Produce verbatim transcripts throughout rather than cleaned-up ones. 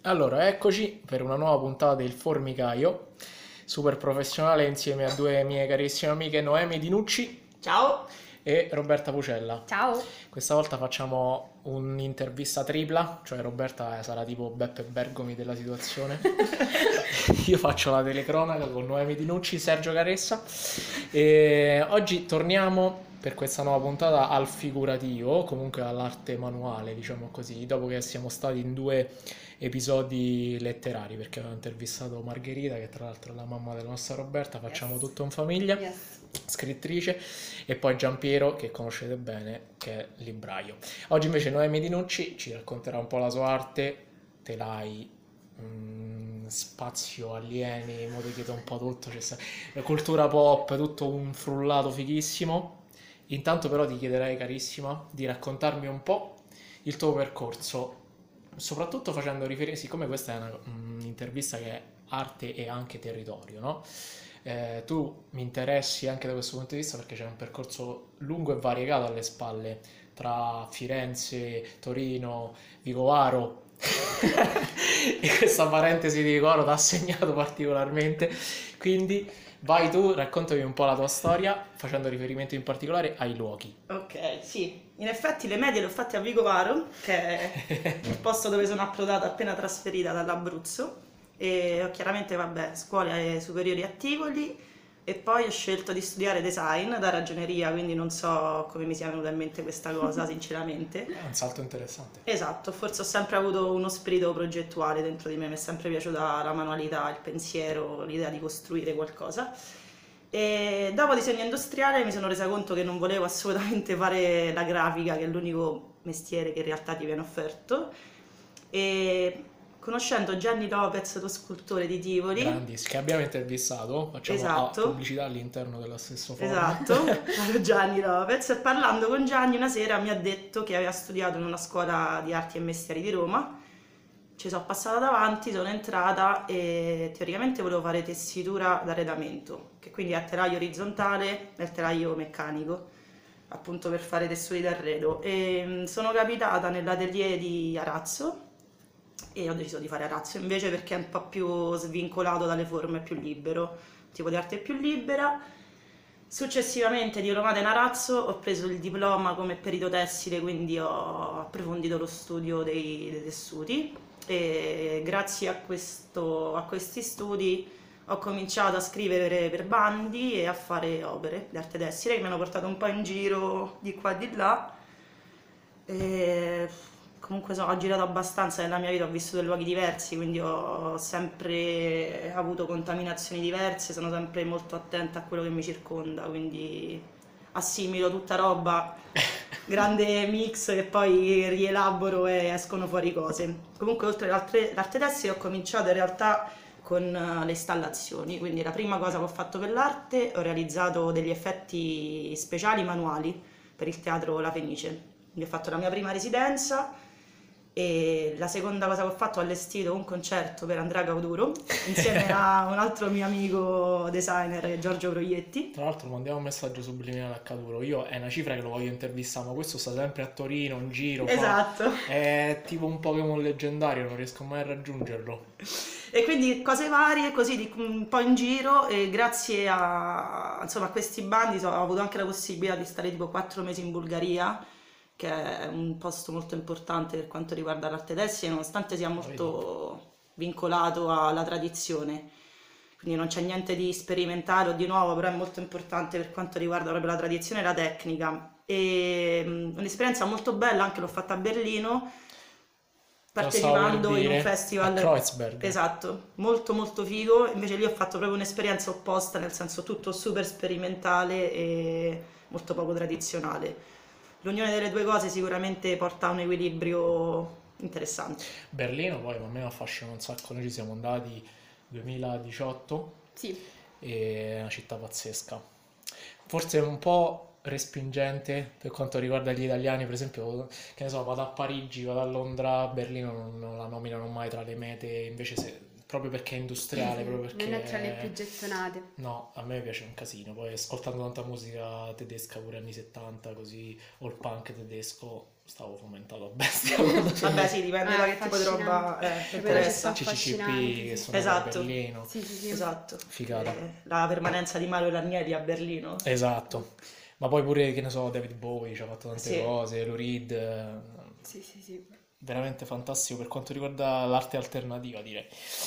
Allora, eccoci per una nuova puntata del Formicaio, super professionale insieme a due mie carissime amiche Noemi Dinucci Ciao. e Roberta Pucella. Ciao. Questa volta facciamo un'intervista tripla, cioè Roberta eh, sarà tipo Beppe Bergomi della situazione. Io faccio la telecronaca con Noemi Dinucci, Sergio Caressa e oggi torniamo per questa nuova puntata al figurativo, comunque all'arte manuale, diciamo così, dopo che siamo stati in due episodi letterari, perché avevo intervistato Margherita, che tra l'altro è la mamma della nostra Roberta, facciamo Yes. tutto in famiglia, Yes. scrittrice, e poi Giampiero, che conoscete bene, che è libraio. Oggi invece Noemi Dinucci ci racconterà un po' la sua arte, telai, mm, spazio alieni, mo ti chiedo un po' tutto, c'è sta- cultura pop, tutto un frullato fighissimo. Intanto però ti chiederei, carissima, di raccontarmi un po' il tuo percorso, soprattutto facendo riferimento, siccome questa è una- un'intervista che è arte e anche territorio, no? Eh, tu mi interessi anche da questo punto di vista perché c'è un percorso lungo e variegato alle spalle tra Firenze, Torino, Vicovaro. E questa parentesi di Vicovaro ti ha segnato particolarmente. Quindi vai tu, raccontami un po' la tua storia facendo riferimento in particolare ai luoghi. Ok, sì. In effetti le medie le ho fatte a Vicovaro, che è il posto dove sono approdata appena trasferita dall'Abruzzo. E ho chiaramente, vabbè, scuole superiori a Tivoli e poi ho scelto di studiare design da ragioneria, quindi non so come mi sia venuta in mente questa cosa, sinceramente. È un salto interessante. Esatto, forse ho sempre avuto uno spirito progettuale dentro di me, mi è sempre piaciuta la manualità, il pensiero, l'idea di costruire qualcosa. E dopo disegno industriale mi sono resa conto che non volevo assolutamente fare la grafica, che è l'unico mestiere che in realtà ti viene offerto. E conoscendo Gianni Lopez, lo scultore di Tivoli, Grandissimo, che abbiamo intervistato, facciamo esatto, ah, pubblicità all'interno dello stesso forum. esatto, caro Gianni Lopez, e parlando con Gianni una sera mi ha detto che aveva studiato in una scuola di arti e mestieri di Roma. Ci sono passata davanti, sono entrata e teoricamente volevo fare tessitura d'arredamento, che quindi è il telaio orizzontale e il telaio meccanico, appunto per fare tessuti d'arredo. E mh, sono capitata nell'atelier di Arazzo e ho deciso di fare Arazzo invece perché è un po' più svincolato dalle forme, è più libero, il tipo di arte è più libera. Successivamente, diplomata in arazzo, ho preso il diploma come perito tessile, quindi ho approfondito lo studio dei, dei tessuti e grazie a, questo, a questi studi ho cominciato a scrivere per bandi e a fare opere di arte tessile che mi hanno portato un po' in giro di qua e di là. E comunque so, ho girato abbastanza nella mia vita, ho vissuto in luoghi diversi, quindi ho sempre avuto contaminazioni diverse, sono sempre molto attenta a quello che mi circonda, quindi assimilo tutta roba, grande mix che poi rielaboro e escono fuori cose. Comunque oltre all'arte l'arte tessile ho cominciato in realtà con eh, le installazioni, quindi la prima cosa che ho fatto per l'arte ho realizzato degli effetti speciali manuali per il teatro La Fenice. Quindi ho fatto la mia prima residenza e la seconda cosa che ho fatto ho allestito un concerto per Andrea Cauduro insieme a un altro mio amico designer Giorgio Proietti. Tra l'altro mandiamo un messaggio subliminale a Caduro. Io è una cifra che lo voglio intervistare, ma questo sta sempre a Torino, in giro. Fa... Esatto. È tipo un Pokémon leggendario, non riesco mai a raggiungerlo. E quindi cose varie, così di- un po' in giro e grazie a, insomma, a questi bandi so- ho avuto anche la possibilità di stare tipo quattro mesi in Bulgaria, che è un posto molto importante per quanto riguarda l'arte tessile, nonostante sia molto vincolato alla tradizione. Quindi non c'è niente di sperimentale o di nuovo, però è molto importante per quanto riguarda proprio la tradizione e la tecnica. E mm, un'esperienza molto bella, anche l'ho fatta a Berlino, Te lo stavo per partecipando in un dire, a festival. Kreuzberg. Esatto, molto molto figo. Invece lì ho fatto proprio un'esperienza opposta, nel senso tutto super sperimentale e molto poco tradizionale. L'unione delle due cose sicuramente porta a un equilibrio interessante. Berlino poi a me mi affascina un sacco, noi ci siamo andati duemiladiciotto Sì. e è una città pazzesca. Forse un po' respingente per quanto riguarda gli italiani, per esempio, che ne so, vado a Parigi, vado a Londra, Berlino non, non la nominano mai tra le mete, invece se proprio perché è Sì, industriale, sì, proprio perché... non è tra le più gettonate. No, a me piace un casino, poi ascoltando tanta musica tedesca pure anni settanta, così, o il punk tedesco, stavo fomentato a bestia quando sono... Vabbè, sì, dipende da Ah, che tipo di roba affascinante. eh, ti Quella interessa. città C C C P affascinanti, che sì. sono Esatto. a Berlino, Sì, sì, sì. Esatto. figata. Eh, la permanenza di Mario Ranieri a Berlino. Esatto, ma poi pure, che ne so, David Bowie ci ha fatto tante Sì. cose, Lou Reed, eh, Sì, sì, sì. veramente fantastico per quanto riguarda l'arte alternativa, direi.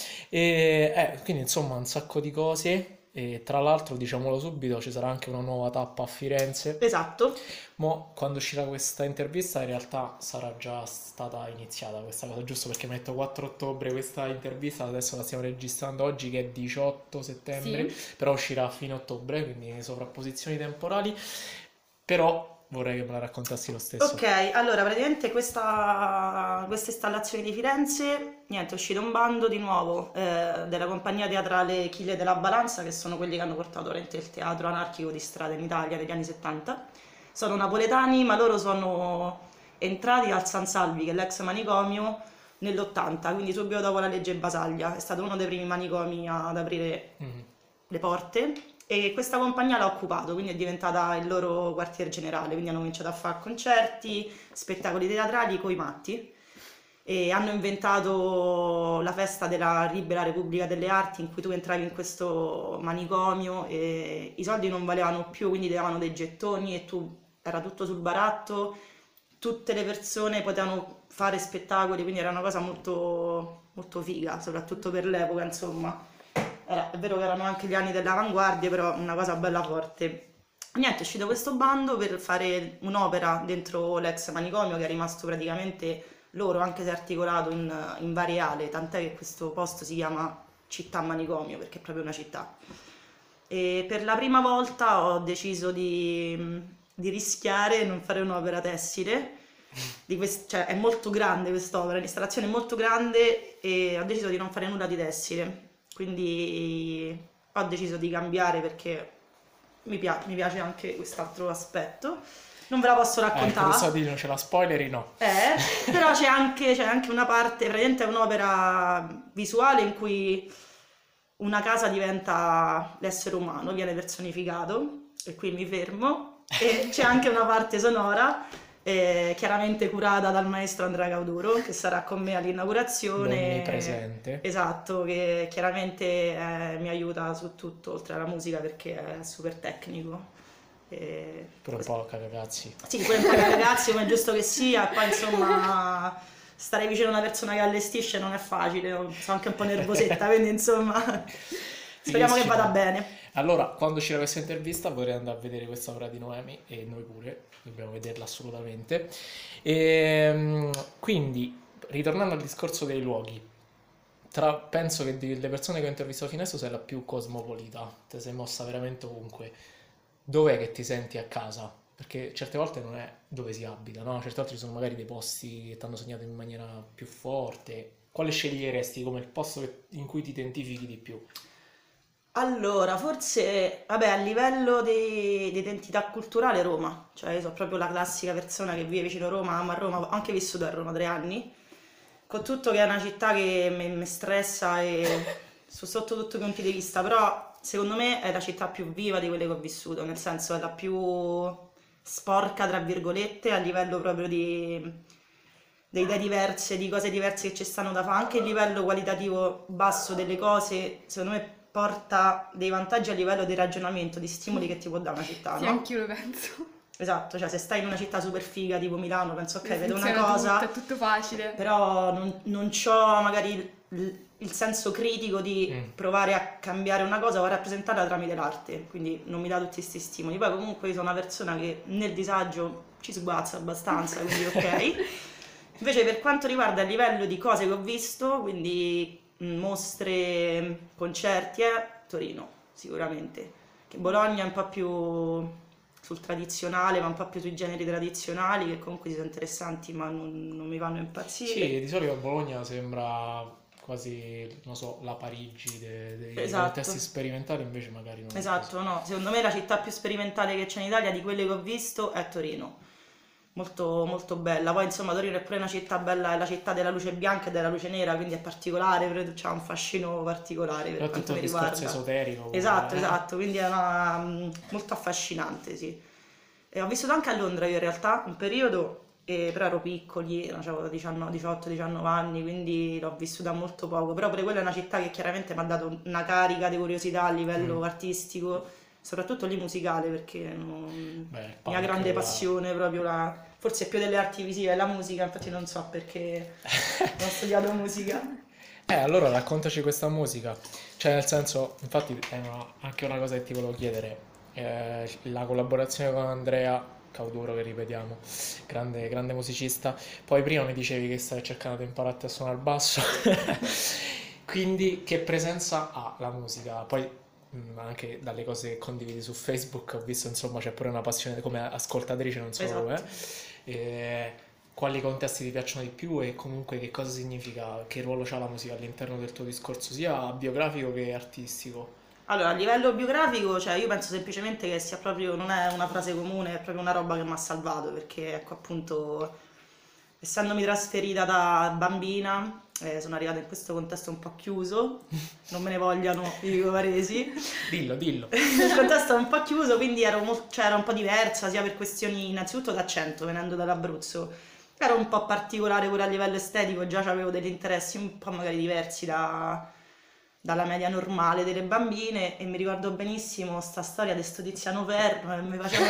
E, eh, quindi insomma un sacco di cose, e tra l'altro diciamolo subito, ci sarà anche una nuova tappa a Firenze. Esatto. Mo, quando uscirà questa intervista, in realtà sarà già stata iniziata questa cosa, giusto perché metto quattro ottobre questa intervista, adesso la stiamo registrando oggi che è diciotto settembre, Sì. però uscirà a fine ottobre, quindi sovrapposizioni temporali, però vorrei che me la raccontassi lo stesso. Ok, allora praticamente questa, questa installazione di Firenze, niente, è uscito un bando di nuovo eh, della compagnia teatrale Achille della Balanza, che sono quelli che hanno portato veramente il teatro anarchico di strada in Italia negli anni settanta. Sono napoletani, ma loro sono entrati al San Salvi, che è l'ex manicomio, nell'ottanta, quindi subito dopo la legge Basaglia. È stato uno dei primi manicomi ad aprire Mhm. le porte. E questa compagnia l'ha occupato, quindi è diventata il loro quartier generale, quindi hanno cominciato a fare concerti, spettacoli teatrali coi matti e hanno inventato la festa della Libera Repubblica delle Arti in cui tu entravi in questo manicomio e i soldi non valevano più, quindi ti davano dei gettoni e tu era tutto sul baratto, tutte le persone potevano fare spettacoli, quindi era una cosa molto, molto figa, soprattutto per l'epoca, insomma. Era, è vero che erano anche gli anni dell'avanguardia, però una cosa bella forte. Niente, è uscito questo bando per fare un'opera dentro l'ex manicomio che è rimasto praticamente loro, anche se articolato in, in varie aree, tant'è che questo posto si chiama Città Manicomio perché è proprio una città. E per la prima volta ho deciso di, di rischiare e non fare un'opera tessile. Di quest- cioè, è molto grande quest'opera, l'installazione è molto grande e ho deciso di non fare nulla di tessile. Quindi ho deciso di cambiare perché mi, pia- mi piace anche quest'altro aspetto. Non ve la posso Ecco, raccontare. adesso dire non ce la spoileri, no. Eh, però c'è anche, c'è anche una parte, praticamente è un'opera visuale in cui una casa diventa l'essere umano, viene personificato, e qui mi fermo, e c'è anche una parte sonora, eh, chiaramente curata dal maestro Andrea Cauduro, che sarà con me all'inaugurazione. Onnipresente. Esatto, che chiaramente eh, mi aiuta su tutto, oltre alla musica, perché è super tecnico. E... Pure un po' cagacazzi. Sì, pure un po' ragazzi, come è giusto che sia, e poi insomma stare vicino a una persona che allestisce non è facile, sono anche un po' nervosetta, quindi insomma speriamo che vada bene. Allora, quando uscirà questa intervista vorrei andare a vedere questa opera di Noemi e noi pure, dobbiamo vederla assolutamente. E, quindi, ritornando al discorso dei luoghi, tra, penso che delle persone che ho intervistato fino adesso sei la più cosmopolita, ti sei mossa veramente ovunque. Dov'è che ti senti a casa? Perché certe volte non è dove si abita, no? Certe volte ci sono magari dei posti che ti hanno segnato in maniera più forte. Quale sceglieresti come il posto che- in cui ti identifichi di più? Allora, forse, vabbè, a livello di, di identità culturale Roma, cioè io sono proprio la classica persona che vive vicino a Roma, amo a Roma, ho anche vissuto a Roma tre anni, con tutto che è una città che mi, mi stressa e su- sotto tutti i punti di vista, però secondo me è la città più viva di quelle che ho vissuto, nel senso è la più sporca, tra virgolette, a livello proprio di, di idee diverse, di cose diverse che ci stanno da fare, anche il livello qualitativo basso delle cose, secondo me porta dei vantaggi a livello di ragionamento, di stimoli che ti può dare una città, Sì, no? anch'io lo penso. Esatto, cioè se stai in una città super figa tipo Milano, penso ok, vedo una Funziona cosa, tutto, è tutto facile. però non, non c'ho magari il, il senso critico di Mm. provare a cambiare una cosa o a rappresentarla tramite l'arte, quindi non mi dà tutti questi stimoli. Poi comunque io sono una persona che nel disagio ci sguazza abbastanza, quindi ok. Invece per quanto riguarda il livello di cose che ho visto, quindi mh, mostre, concerti, eh, Torino sicuramente, che Bologna è un po' più sul tradizionale, ma un po' più sui generi tradizionali, che comunque sono interessanti, ma non, non mi vanno a impazzire. Sì, di solito Bologna sembra quasi, non so, la Parigi de- dei Esatto. contesti sperimentali, invece magari non è Esatto, no, secondo me la città più sperimentale che c'è in Italia di quelle che ho visto è Torino. molto, molto bella. Poi insomma Torino è pure una città bella, è la città della luce bianca e della luce nera, quindi è particolare, però c'ha un fascino particolare per Però quanto tutto mi il discorso riguarda. esoterico. pure, Esatto, eh. esatto, quindi è una, mm, molto affascinante, sì. E ho vissuto anche a Londra io in realtà un periodo, e- però ero piccoli, avevo diciotto diciannove anni, quindi l'ho vissuta molto poco, però pure quella è una città che chiaramente mi ha dato una carica di curiosità a livello Mm. artistico, soprattutto lì musicale, perché non- Beh, il mia punk, grande la- passione proprio la, forse più delle arti visive e la musica, infatti non so perché non ho studiato musica. Eh, allora raccontaci questa musica. Cioè, nel senso, infatti è una- anche una cosa che ti volevo chiedere. Eh, la collaborazione con Andrea Cauduro, che ripetiamo, grande, grande musicista. Poi prima mi dicevi che stai cercando di imparare a suonare il basso. Quindi, che presenza ha la musica? Poi, mh, anche dalle cose che condividi su Facebook, ho visto, insomma, c'è pure una passione come ascoltatrice, non solo, Esatto. eh. E quali contesti ti piacciono di più e comunque che cosa significa, che ruolo ha la musica all'interno del tuo discorso, sia biografico che artistico? Allora, a livello biografico, cioè io penso semplicemente che sia proprio, non è una frase comune, è proprio una roba che mi ha salvato, perché ecco appunto, essendomi trasferita da bambina, eh, sono arrivata in questo contesto un po' chiuso, non me ne vogliano i vicovaresi, Dillo, dillo. il contesto è un po' chiuso, quindi ero, mol- cioè, ero un po' diversa, sia per questioni innanzitutto d'accento, venendo dall'Abruzzo, ero un po' particolare pure a livello estetico, già avevo degli interessi un po' magari diversi da dalla media normale delle bambine, e mi ricordo benissimo sta storia di sto Tiziano Ferro e mi faceva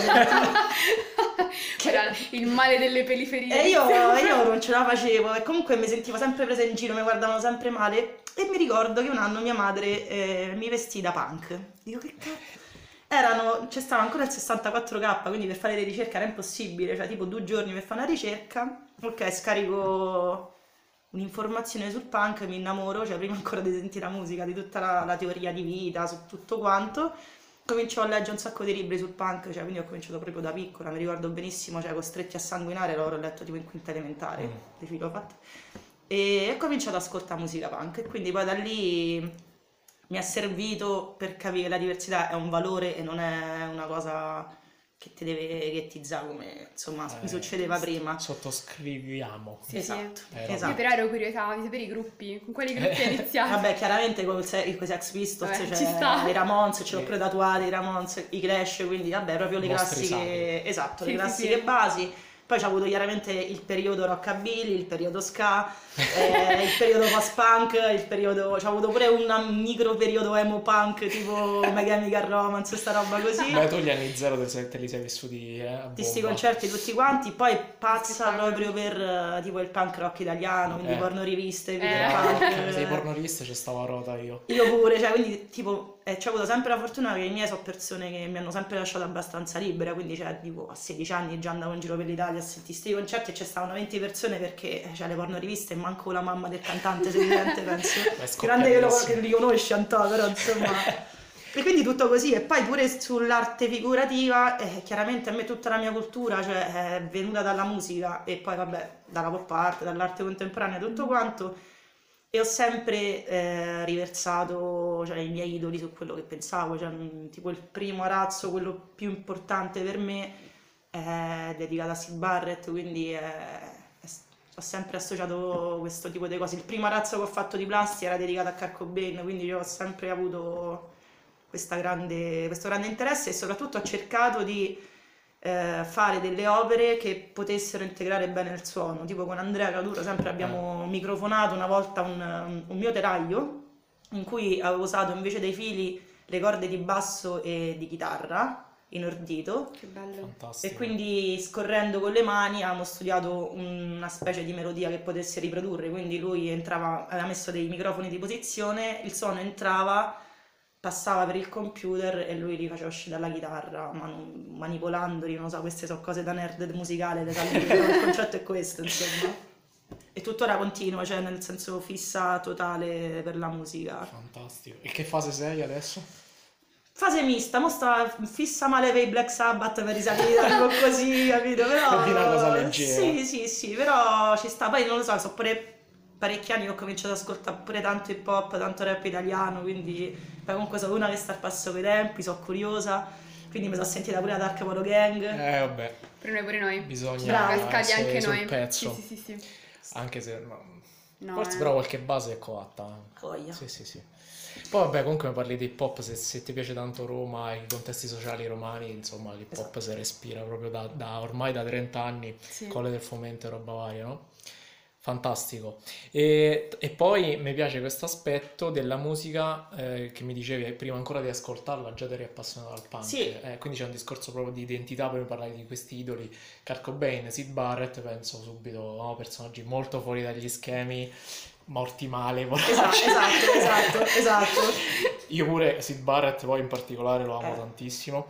Che era il male delle periferie. e io, e io non ce la facevo e comunque mi sentivo sempre presa in giro, mi guardavano sempre male, e mi ricordo che un anno mia madre eh, mi vestì da punk. Dico che cazzo? Erano, c'è stava ancora il sessantaquattro K, quindi per fare le ricerche era impossibile, cioè tipo due giorni per fare una ricerca. Ok, scarico un'informazione sul punk, mi innamoro, cioè prima ancora di sentire la musica, di tutta la, la teoria di vita, su tutto quanto. Comincio a leggere un sacco di libri sul punk, cioè quindi ho cominciato proprio da piccola, mi ricordo benissimo, cioè Costretti a sanguinare, l'avrò letto tipo in quinta elementare, Mm. le filo fatte. E ho cominciato ad ascoltare musica punk, e quindi poi da lì mi è servito per capire che la diversità è un valore e non è una cosa che ti deve ghettizzare come insomma mi Eh, succedeva prima. Sottoscriviamo. Sì, Esatto, sì. Eh, Io esatto. però ero curiosa di sapere i gruppi, con quali gruppi hai iniziato? Vabbè, chiaramente con i Sex Pistols, Vabbè, cioè ci sta. i Ramones, ce l'ho Sì. pure tatuati, i Ramones, i Clash, quindi vabbè, proprio le Mostri classiche, esatto, Sì, le sì, classiche sì. basi. Poi c'ho avuto chiaramente il periodo rockabilly, il periodo ska, eh, il periodo post-punk, il periodo, c'ho avuto pure un micro periodo emo punk tipo My Chemical Romance, sta roba così. Beh, tu gli anni zero te, se- te li sei vissuti eh, a Di sti bomba. concerti tutti quanti, poi pazza Spettacolo. proprio per eh, tipo il punk rock italiano, quindi Eh. porno riviste, Eh. video Bravo, punk. sei pornorista, c'è stava a rota io. Io pure, cioè, quindi tipo, eh, c'ho avuto sempre la fortuna che i miei sono persone che mi hanno sempre lasciato abbastanza libera, quindi cioè, tipo, a sedici anni già andavo in giro per l'Italia a sentire sti concerti e ci stavano venti persone perché eh, cioè, le porno riviste e manco la mamma del cantante se sente, penso. Beh, scoppia Grande che lo, benissimo. che li conosci, Antò, però insomma... E quindi tutto così, e poi pure sull'arte figurativa, eh, chiaramente a me tutta la mia cultura, cioè, è venuta dalla musica e poi vabbè, dalla pop art, dall'arte contemporanea, tutto quanto, e ho sempre eh, riversato cioè, i miei idoli su quello che pensavo, cioè, mh, tipo il primo arazzo, quello più importante per me, è dedicato a Syd Barrett, quindi è- è- ho sempre associato questo tipo di cose. Il primo arazzo che ho fatto di plastica era dedicato a Kurt Cobain, quindi io ho sempre avuto questa grande- questo grande interesse, e soprattutto ho cercato di eh, fare delle opere che potessero integrare bene il suono. Tipo con Andrea Cauduro sempre abbiamo microfonato una volta un, un mio telaio in cui avevo usato invece dei fili le corde di basso e di chitarra in ordito, Che bello. Fantastico. e quindi scorrendo con le mani avevamo studiato una specie di melodia che potesse riprodurre, quindi lui entrava, aveva messo dei microfoni di posizione, il suono entrava, passava per il computer e lui li faceva uscire dalla chitarra, manu- manipolandoli, non so, queste sono cose da nerd musicale, le sai, però il concetto è questo, insomma. E tuttora continua, cioè nel senso fissa totale per la musica. Fantastico. E che fase sei adesso? Fase mista, mo sta fissa male per i Black Sabbath per risalire, tipo così, capito? Però Di una cosa leggera. sì, sì, sì, però ci sta. Poi non lo so, sono pure parecchi anni che ho cominciato ad ascoltare pure tanto hip hop, tanto rap italiano, quindi poi comunque sono una che sta al passo coi tempi, sono curiosa, quindi mi sono sentita pure la Dark Polo Gang. Eh, vabbè. Per noi, pure noi. Bisogna Bravo. Cascati essere anche sul noi. pezzo, Sì, sì, sì, sì. anche se no, No, forse eh. però qualche base è coatta. Voglia. Sì, sì, sì. Poi vabbè, comunque mi parli di hip hop, se, se ti piace tanto Roma e i contesti sociali romani, insomma l'hip hop Esatto. si respira proprio da, da- ormai da trenta anni, Sì. Colle del Fomento e roba varia, no? Fantastico. E, e poi mi piace questo aspetto della musica eh, che mi dicevi prima ancora di ascoltarla, già ti eri appassionato al punk. Sì. Eh, quindi c'è un discorso proprio di identità, poi mi parlavi di questi idoli, Kurt Cobain, Syd Barrett, penso subito, no? Personaggi molto fuori dagli schemi, morti male, Esatto, poracci. esatto, esatto, esatto. Io pure Syd Barrett poi in particolare lo amo Eh. tantissimo.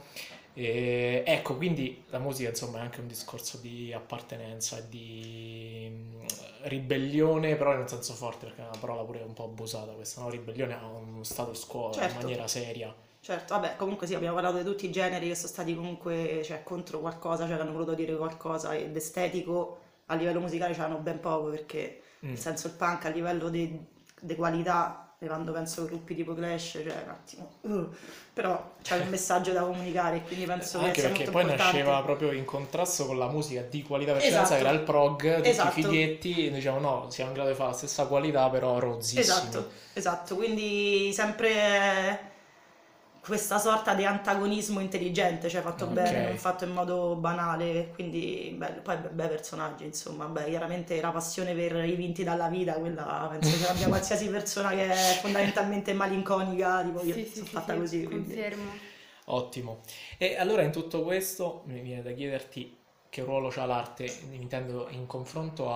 E ecco, quindi la musica insomma è anche un discorso di appartenenza e di mm, ribellione, però in un senso forte, perché è una parola pure un po' abusata questa, no? Ribellione a uno status quo in Certo. maniera seria. Certo, vabbè, comunque sì, abbiamo parlato di tutti i generi che sono stati comunque, cioè, contro qualcosa, cioè, che hanno voluto dire qualcosa, ed estetico a livello musicale c'hanno ben poco, perché Mm. nel senso il punk a livello di qualità, levando penso gruppi tipo Clash, cioè un attimo, uh, però c'è un messaggio da comunicare, quindi penso che Anche sia perché molto poi importante. nasceva proprio in contrasto con la musica di qualità per Esatto. eccellenza, che era il prog, tutti Esatto. fighetti, e noi diciamo no, siamo in grado di fare la stessa qualità, però rozzissimi. Esatto, esatto, quindi sempre questa sorta di antagonismo intelligente, cioè fatto Ok. bene, non fatto in modo banale, quindi bello. Poi be- bei personaggi, insomma, beh, chiaramente la passione per i vinti dalla vita, quella penso che abbia qualsiasi persona che è fondamentalmente malinconica, tipo io Sì, sì, sono sì, fatta sì, così, quindi... confermo. Ottimo. E allora in tutto questo mi viene da chiederti che ruolo c'ha l'arte, intendo in confronto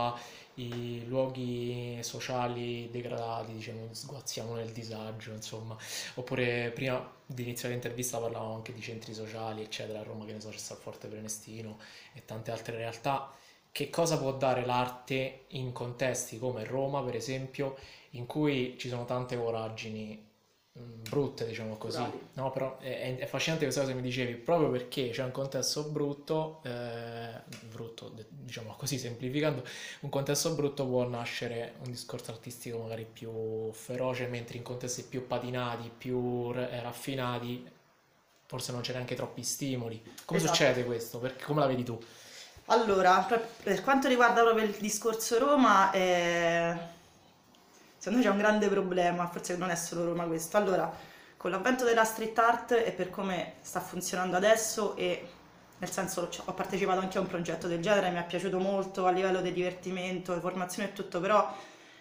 ai luoghi sociali degradati, diciamo, sguazziamo nel disagio, insomma, oppure prima di iniziare l'intervista parlavamo anche di centri sociali, eccetera, a Roma, che ne so, c'è sta il Forte Prenestino e tante altre realtà. Che cosa può dare l'arte in contesti come Roma, per esempio, in cui ci sono tante voragini mm, brutte, diciamo così, Naturali. no? Però è, è affascinante questa cosa che mi dicevi, proprio perché c'è un contesto brutto, eh, brutto, de- diciamo così semplificando, un contesto brutto può nascere un discorso artistico magari più feroce, mentre in contesti più patinati, più r- eh, raffinati, forse non c'è neanche troppi stimoli. Come Esatto. succede questo? Perché, come la vedi tu? Allora, per per quanto riguarda proprio il discorso Roma, eh, secondo me c'è un grande problema, forse non è solo Roma questo. Allora, con l'avvento della street art e per come sta funzionando adesso, e nel senso c- ho partecipato anche a un progetto del genere, mi è piaciuto molto a livello di divertimento, di formazione e tutto, però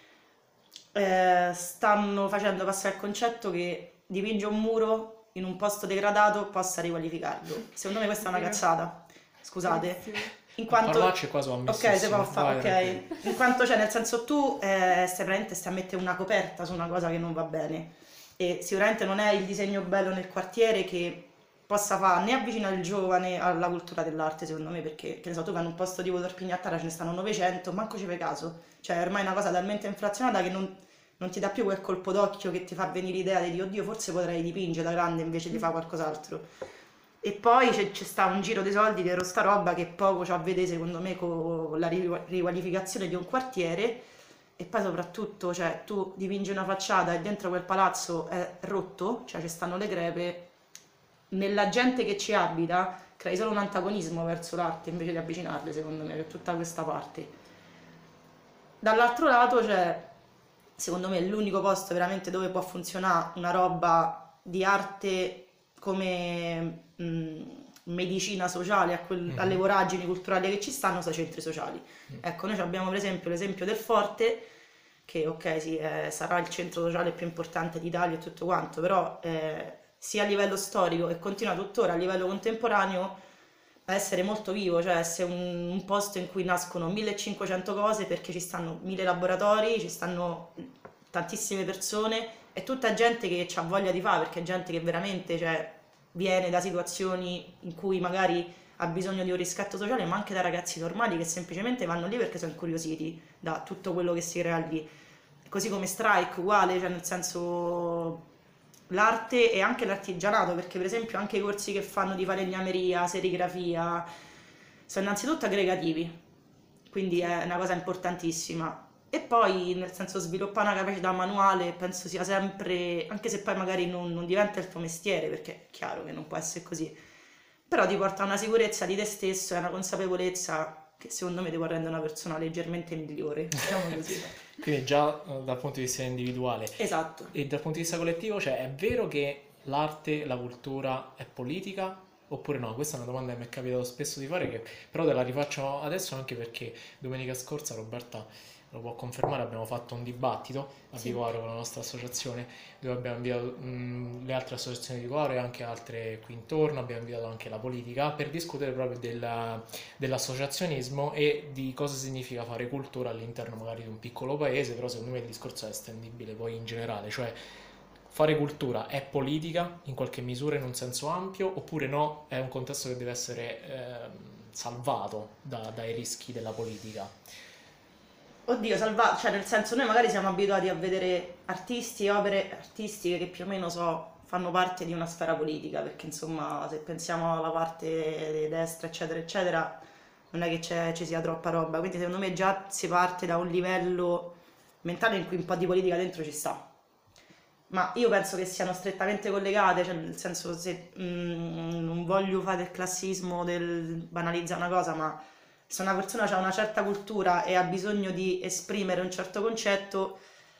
eh, stanno facendo passare il concetto che dipinge un muro in un posto degradato possa riqualificarlo. Secondo me questa è una Vero. cazzata, scusate. Verissimo. In A quanto... parlarci qua sono Ok, ammississimo. se può fare, Vai, tranquillo. ok. In quanto, cioè, nel senso, tu eh, stai veramente stai a mettere una coperta su una cosa che non va bene. E sicuramente non è il disegno bello nel quartiere che possa fare né avvicinare il giovane alla cultura dell'arte, secondo me, perché, che ne so, tu vai in un posto tipo Torpignattara, ce ne stanno novecento, manco ci fai caso. Cioè, è ormai una cosa talmente inflazionata che non, non ti dà più quel colpo d'occhio che ti fa venire l'idea di, oddio, forse potrei dipingere da grande invece di fare qualcos'altro. E poi c'è, c'è sta un giro dei soldi dietro sta roba che poco c'ha a vedere secondo me con la ri- riqualificazione di un quartiere, e poi soprattutto, cioè, tu dipingi una facciata e dentro quel palazzo è rotto, cioè ci stanno le crepe, nella gente che ci abita crei solo un antagonismo verso l'arte invece di avvicinarle, secondo me, per tutta questa parte. Dall'altro lato c'è, secondo me, l'unico posto veramente dove può funzionare una roba di arte come mh, medicina sociale a quel- Mhm. alle voragini culturali che ci stanno, sono i centri sociali. Mm. Ecco, noi abbiamo per esempio l'esempio del Forte, che ok, sì, eh, sarà il centro sociale più importante d'Italia e tutto quanto, però eh, sia a livello storico e continua tuttora a livello contemporaneo a essere molto vivo, cioè essere un, un posto in cui nascono millecinquecento cose perché ci stanno mille laboratori, ci stanno tantissime persone, è tutta gente che ha voglia di fare, perché è gente che veramente, cioè, viene da situazioni in cui magari ha bisogno di un riscatto sociale, ma anche da ragazzi normali che semplicemente vanno lì perché sono incuriositi da tutto quello che si crea lì. Così come Strike, uguale, cioè nel senso l'arte e anche l'artigianato, perché per esempio anche i corsi che fanno di falegnameria, serigrafia, sono innanzitutto aggregativi, quindi è una cosa importantissima. E poi, nel senso, sviluppare una capacità manuale penso sia sempre, anche se poi magari non, non diventa il tuo mestiere, perché è chiaro che non può essere così, però ti porta a una sicurezza di te stesso e a una consapevolezza che secondo me ti può rendere una persona leggermente migliore, diciamo così. Quindi già eh, dal punto di vista individuale. Esatto. E dal punto di vista collettivo, cioè è vero che l'arte, la cultura è politica oppure no? Questa è una domanda che mi è capitato spesso di fare, che però te la rifaccio adesso anche perché domenica scorsa Roberta lo può confermare, abbiamo fatto un dibattito a Sì. Vigoro con la nostra associazione dove abbiamo invitato mh, le altre associazioni di Vigoro e anche altre qui intorno, abbiamo invitato anche la politica per discutere proprio della- dell'associazionismo e di cosa significa fare cultura all'interno magari di un piccolo paese, però secondo me il discorso è estendibile poi in generale, cioè fare cultura è politica in qualche misura in un senso ampio oppure no, è un contesto che deve essere ehm, salvato da- dai rischi della politica. Oddio, salva, cioè nel senso noi magari siamo abituati a vedere artisti e opere artistiche che più o meno so, fanno parte di una sfera politica, perché insomma se pensiamo alla parte di destra eccetera eccetera non è che c'è- ci sia troppa roba, quindi secondo me già si parte da un livello mentale in cui un po' di politica dentro ci sta. Ma io penso che siano strettamente collegate, cioè nel senso se mm, non voglio fare il classismo del banalizzare una cosa, ma se una persona ha una certa cultura e ha bisogno di esprimere un certo concetto,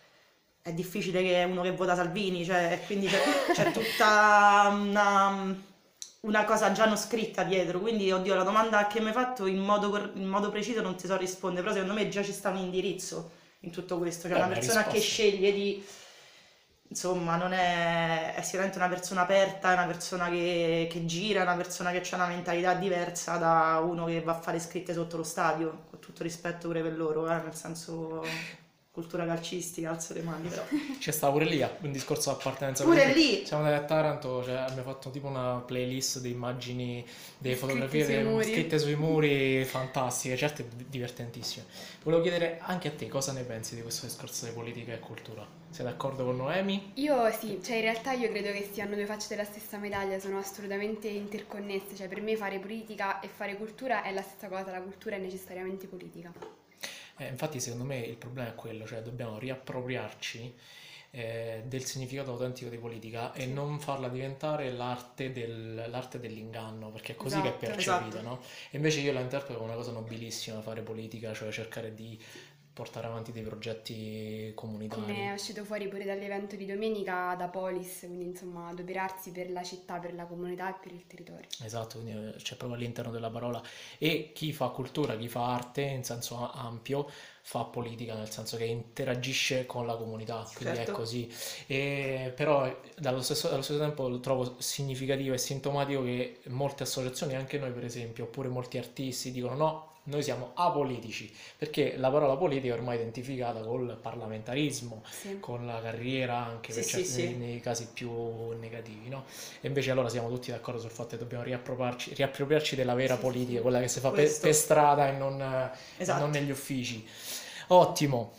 è difficile che uno che vota Salvini, cioè quindi c'è, c'è tutta una, una cosa già non scritta dietro. Quindi, oddio, la domanda che mi hai fatto in modo, cor- in modo preciso non ti so rispondere, però secondo me già ci sta un indirizzo in tutto questo, cioè Beh, una una persona che risposta. sceglie di insomma, non è, è sicuramente una persona aperta, è una persona che, che gira, è una persona che ha una mentalità diversa da uno che va a fare scritte sotto lo stadio, con tutto rispetto pure per loro, eh, nel senso cultura calcistica, alzo le mani però. C'è sta pure lì un discorso di appartenenza. Pure Per esempio, lì, siamo andati a Taranto, cioè, abbiamo fatto tipo una playlist di immagini, delle Scritte fotografie sui de- muri. scritte sui muri, fantastiche, certo è divertentissime. Volevo chiedere anche a te cosa ne pensi di questo discorso di politica e cultura. Sei d'accordo con Noemi? Io sì, cioè in realtà io credo che siano due facce della stessa medaglia, sono assolutamente interconnesse, cioè per me fare politica e fare cultura è la stessa cosa, la cultura è necessariamente politica. Eh, infatti secondo me il problema è quello, cioè dobbiamo riappropriarci eh, del significato autentico di politica e sì, non farla diventare l'arte del- l'arte dell'inganno, perché è così che è Esatto. percepita, esatto. no? E invece io la interpreto come una cosa nobilissima fare politica, cioè cercare di portare avanti dei progetti Come è comunitari. uscito fuori pure dall'evento di domenica da Polis, quindi insomma adoperarsi per la città, per la comunità e per il territorio. Esatto, quindi eh, c'è proprio all'interno della parola. E chi fa cultura, chi fa arte in senso a- ampio, fa politica, nel senso che interagisce con la comunità, quindi è Certo. così. E, però eh, dallo stesso, allo stesso tempo lo trovo significativo e sintomatico che molte associazioni, anche noi per esempio, oppure molti artisti dicono no, noi siamo apolitici, perché la parola politica è ormai identificata col parlamentarismo, Sì. con la carriera anche Sì, per sì, certi, sì. nei, nei casi più negativi, no? E invece allora siamo tutti d'accordo sul fatto che dobbiamo riappropriarci, riappropriarci della vera Sì, politica, sì. quella che si fa per, Questo. per strada e non, eh, e non Esatto. negli uffici. Ottimo.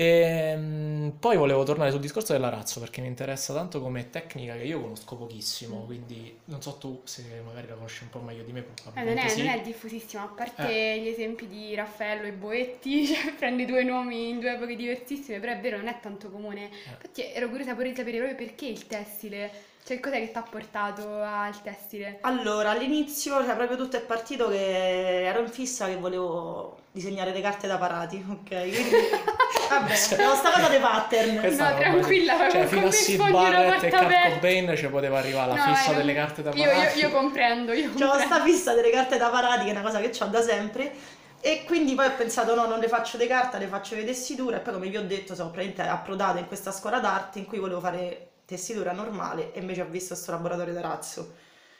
Ehm, poi volevo tornare sul discorso della razzo perché mi interessa tanto come tecnica che io conosco pochissimo, Mm. quindi non so tu se magari la conosci un po' meglio di me, Eh, non probabilmente è, sì. non è diffusissima, a parte Eh, gli esempi di Raffaello e Boetti, cioè prende due nomi in due epoche diversissime, però è vero, non è tanto comune. eh. Infatti ero curiosa pure di sapere proprio perché il tessile, cioè cos'è che ti ha portato al tessile? Allora, all'inizio, cioè proprio tutto è partito che ero in fissa che volevo disegnare le carte da parati, ok? Quindi, vabbè, avevo sta cosa dei pattern. Questa No, è una roba di- tranquilla, cioè con fino a me Sid sfondi una Barrett e porta Kurt aperta. Cobain ci poteva arrivare la No, fissa era- delle carte da io, io, parati. io comprendo, io C'ho comprendo. sta fissa delle carte da parati, che è una cosa che ho da sempre. E quindi poi ho pensato, no, non le faccio di carta, le faccio di tessitura. E poi, come vi ho detto, sono praticamente approdata in questa scuola d'arte in cui volevo fare tessitura normale e invece ho visto questo laboratorio d'arazzo.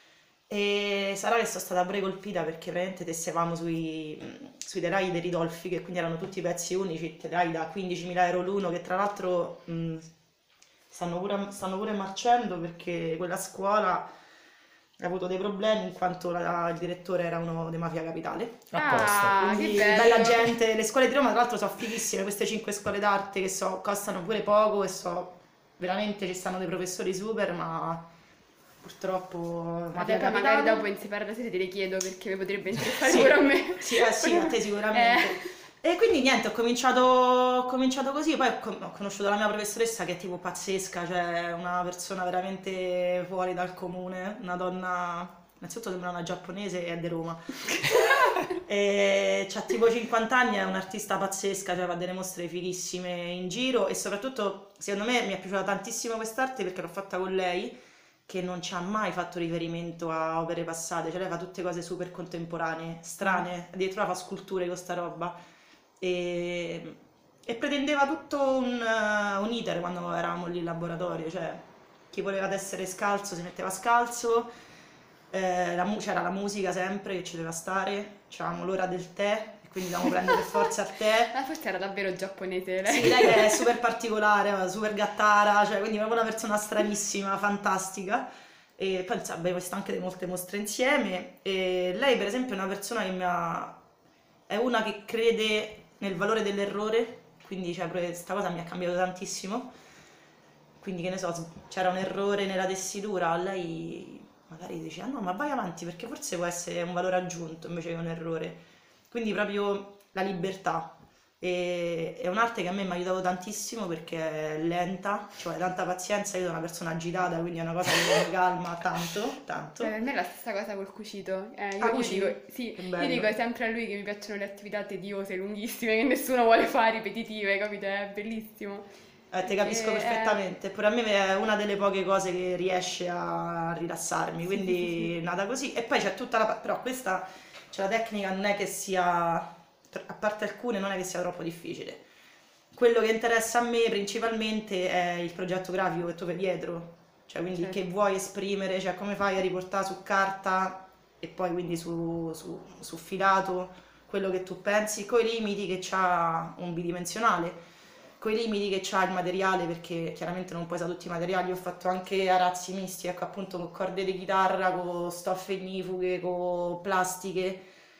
E sarà che sono stata pure colpita perché veramente tessevamo sui, sui telai dei Ridolfi, che quindi erano tutti pezzi unici, telai da quindicimila euro l'uno, che tra l'altro mh, stanno pure, stanno pure marcendo perché quella scuola ha avuto dei problemi in quanto la- il direttore era uno di Mafia Capitale. A posto. Ah, che Quindi bello. bella gente, le scuole di Roma tra l'altro sono fighissime, queste cinque scuole d'arte che so, costano pure poco e so, veramente ci stanno dei professori super, ma purtroppo Mafia Vabbè, poi magari Capitale. dopo in separata sede te le chiedo perché mi potrebbe interessare Sì. pure a me. Sì, eh, sì, a te sicuramente. E quindi niente, ho cominciato, ho cominciato così, poi ho, con- ho conosciuto la mia professoressa che è tipo pazzesca, cioè una persona veramente fuori dal comune, una donna innanzitutto sembra una giapponese e è di Roma. E c'ha tipo cinquanta anni, è un'artista pazzesca, cioè fa delle mostre fighissime in giro e soprattutto secondo me mi è piaciuta tantissimo quest'arte perché l'ho fatta con lei, che non ci ha mai fatto riferimento a opere passate, cioè lei fa tutte cose super contemporanee, strane, addirittura fa sculture con sta roba e, e pretendeva tutto un, uh, un iter quando eravamo lì in laboratorio, cioè chi voleva essere scalzo si metteva scalzo, eh, la mu- c'era la musica sempre che ci doveva stare, c'avevamo l'ora del tè e quindi dovevamo prendere per forza il tè. Ma forse era davvero giapponese lei. Sì, lei è super particolare, super gattara, cioè quindi proprio una persona stranissima, fantastica. E poi insomma, abbiamo visto anche molte mostre insieme. E lei, per esempio, è una persona che mi ha... è una che crede nel valore dell'errore, quindi cioè, questa cosa mi ha cambiato tantissimo. Quindi, che ne so, c'era un errore nella tessitura, lei magari dice, ah no, ma vai avanti perché forse può essere un valore aggiunto invece che un errore. Quindi proprio la libertà. E, è un'arte che a me mi ha aiutato tantissimo perché è lenta, cioè tanta pazienza, io sono una persona agitata, quindi è una cosa che mi calma tanto, tanto. Cioè, per me è la stessa cosa col cucito. Eh, io, Ah, io cuciti? dico, sì, Che io bello. dico sempre a lui che mi piacciono le attività tediose, lunghissime, che nessuno vuole fare, ripetitive, capito? È bellissimo. Eh, te capisco E- perfettamente, pure a me è una delle poche cose che riesce a rilassarmi, quindi sì, sì. nata così. E poi c'è tutta la... pa- però questa, cioè la tecnica non è che sia, a parte alcune, non è che sia troppo difficile. Quello che interessa a me principalmente è il progetto grafico che tu vedi dietro, cioè quindi Certo. che vuoi esprimere, cioè come fai a riportare su carta e poi quindi su, su, su filato quello che tu pensi, coi limiti che c'ha un bidimensionale, coi limiti che c'ha il materiale, perché chiaramente non puoi usare tutti i materiali. Ho fatto anche arazzi misti, ecco appunto con corde di chitarra, con stoffe ignifughe, con plastiche,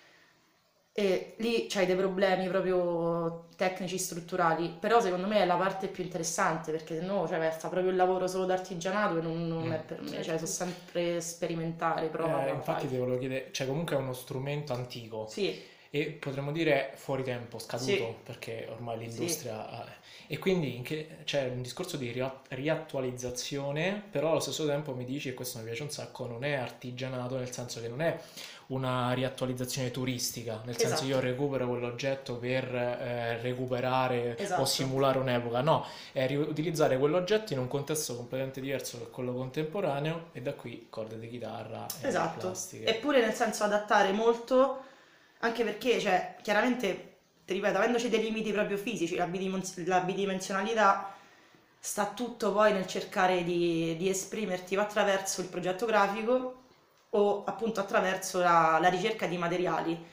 e lì c'hai dei problemi proprio tecnici strutturali, però secondo me è la parte più interessante perché se no, cioè, fa proprio il lavoro solo d'artigianato e non, non è per me, certo. cioè sono sempre sperimentare, prova, Eh, prova, infatti fai. ti volevo chiedere, cioè comunque è uno strumento antico Sì, e potremmo dire fuori tempo, scaduto, Sì. perché ormai l'industria ha- e quindi in che- c'è un discorso di ria- riattualizzazione, però allo stesso tempo mi dici, e questo mi piace un sacco, non è artigianato, nel senso che non è una riattualizzazione turistica, nel senso Esatto. io recupero quell'oggetto per eh, recuperare o Esatto. simulare un'epoca, no, è riutilizzare quell'oggetto in un contesto completamente diverso che quello contemporaneo e da qui corde di chitarra e Esatto, plastiche. eppure nel senso adattare molto, anche perché, cioè, chiaramente, ti ripeto, avendoci dei limiti proprio fisici, la, bidimensi- la bidimensionalità sta tutto poi nel cercare di, di esprimerti o attraverso il progetto grafico o appunto attraverso la, la ricerca di materiali.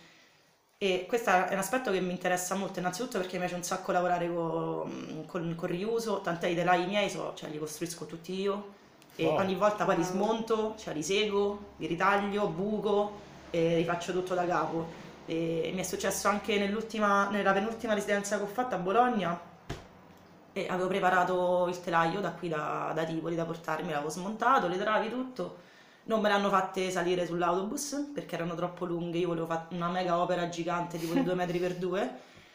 E questo è un aspetto che mi interessa molto, innanzitutto perché mi piace un sacco lavorare con, con, con riuso, tant'è i telai miei, so, cioè, li costruisco tutti io e Wow. ogni volta poi li Wow. smonto, cioè li sego, li ritaglio, buco e rifaccio tutto da capo. E mi è successo anche nell'ultima, nella penultima residenza che ho fatto a Bologna e avevo preparato il telaio da qui da, da Tivoli da portarmi, l'avevo smontato, le travi, tutto. Non me le hanno fatte salire sull'autobus perché erano troppo lunghe, io volevo fare una mega opera gigante tipo di due metri per due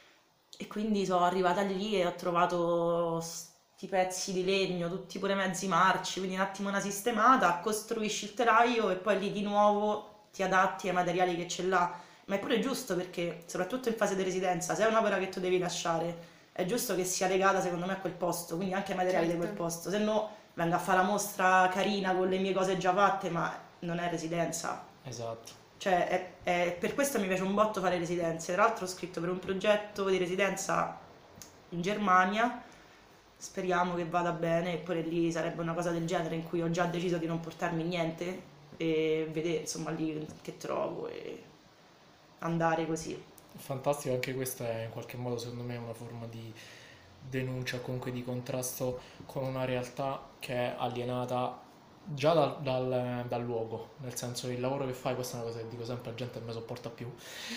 e quindi sono arrivata lì e ho trovato sti pezzi di legno, tutti pure mezzi marci, quindi un attimo una sistemata, costruisci il telaio e poi lì di nuovo ti adatti ai materiali che ce l'ha. Ma è pure giusto perché, soprattutto in fase di residenza, se è un'opera che tu devi lasciare, è giusto che sia legata secondo me a quel posto, quindi anche ai materiali di quel Certo. posto, se no vengo a fare la mostra carina con le mie cose già fatte, ma non è residenza. Esatto. Cioè, è- è- per questo mi piace un botto fare residenze. Tra l'altro ho scritto per un progetto di residenza in Germania, speriamo che vada bene, eppure lì sarebbe una cosa del genere in cui ho già deciso di non portarmi niente e vedere insomma lì che trovo e andare così. Fantastico, anche questa è in qualche modo secondo me una forma di denuncia o comunque di contrasto con una realtà che è alienata già dal, dal- dal luogo, nel senso che il lavoro che fai, questa è una cosa che dico sempre, la gente non mi sopporta più,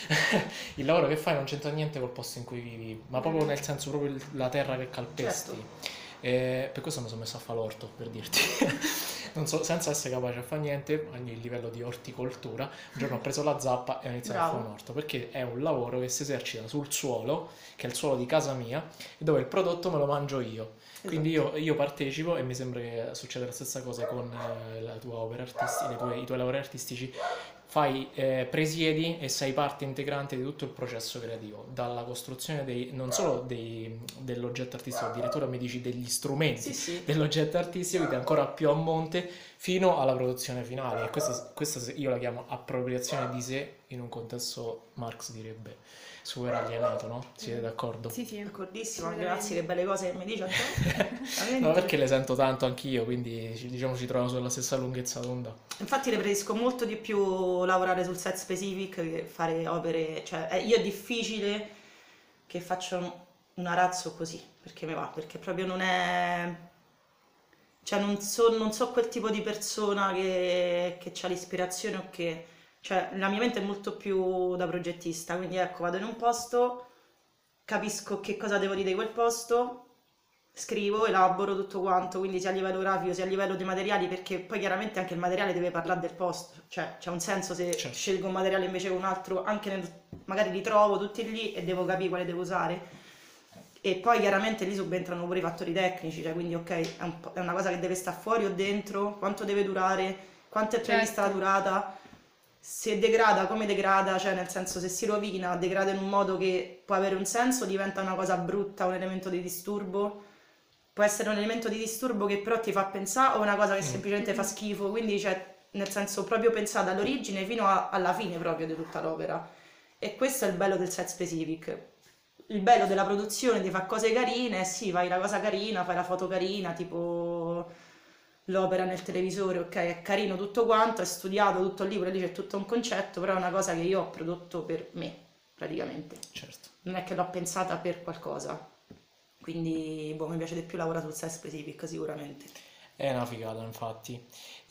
il lavoro che fai non c'entra niente col posto in cui vivi, ma proprio nel senso proprio il- la terra che calpesti. Certo. E per questo mi sono messo a fare l'orto, per dirti. non so, senza essere capace a fare niente, a livello di orticoltura, un giorno ho preso la zappa e ho iniziato Bravo. a fare un orto, perché è un lavoro che si esercita sul suolo, che è il suolo di casa mia, e dove il prodotto me lo mangio io. Quindi io, io partecipo e mi sembra che succeda la stessa cosa con eh, la tua opera artistica, le tue- i tuoi lavori artistici. Fai, eh, presiedi e sei parte integrante di tutto il processo creativo, dalla costruzione dei, non solo dei- dell'oggetto artistico, addirittura mi dici degli strumenti Sì, sì. dell'oggetto artistico, quindi ancora più a monte, fino alla produzione finale. E questa, questa se- io la chiamo appropriazione di sé in un contesto, Marx direbbe, super alienato, no? Siete d'accordo? Sì, sì. D'accordissimo, Assolutamente. grazie, che belle cose che mi dici Antonio. No, perché le sento tanto anch'io, quindi ci- diciamo ci troviamo sulla stessa lunghezza d'onda. Infatti preferisco molto di più lavorare sul set specific che fare opere, cioè eh, io è difficile che faccio un arazzo così, perché mi va, perché proprio non è, cioè non so, non so quel tipo di persona che, che ha l'ispirazione o che, cioè la mia mente è molto più da progettista, quindi ecco, vado in un posto, capisco che cosa devo dire di quel posto, scrivo, elaboro tutto quanto, quindi sia a livello grafico sia a livello di materiali, perché poi chiaramente anche il materiale deve parlare del posto, cioè c'è un senso se Certo. scelgo un materiale invece che un altro, anche nel, magari li trovo tutti lì e devo capire quale devo usare. E poi chiaramente lì subentrano pure i fattori tecnici, cioè quindi ok, è, un po'- è una cosa che deve stare fuori o dentro, quanto deve durare, quanto è prevista la Certo. durata, se degrada, come degrada, cioè nel senso se si rovina, degrada in un modo che può avere un senso, diventa una cosa brutta, un elemento di disturbo, può essere un elemento di disturbo che però ti fa pensare o una cosa che semplicemente fa schifo, quindi cioè nel senso proprio pensata dall'origine fino a- alla fine proprio di tutta l'opera. E questo è il bello del set specific. Il bello della produzione di fare cose carine, sì, fai la cosa carina, fai la foto carina, tipo l'opera nel televisore, ok, è carino tutto quanto, è studiato tutto il libro, lì c'è tutto un concetto, però è una cosa che io ho prodotto per me, praticamente. Certo. Non è che l'ho pensata per qualcosa. Quindi, boh, mi piace di più lavorare sul set specific, sicuramente. È una figata, infatti.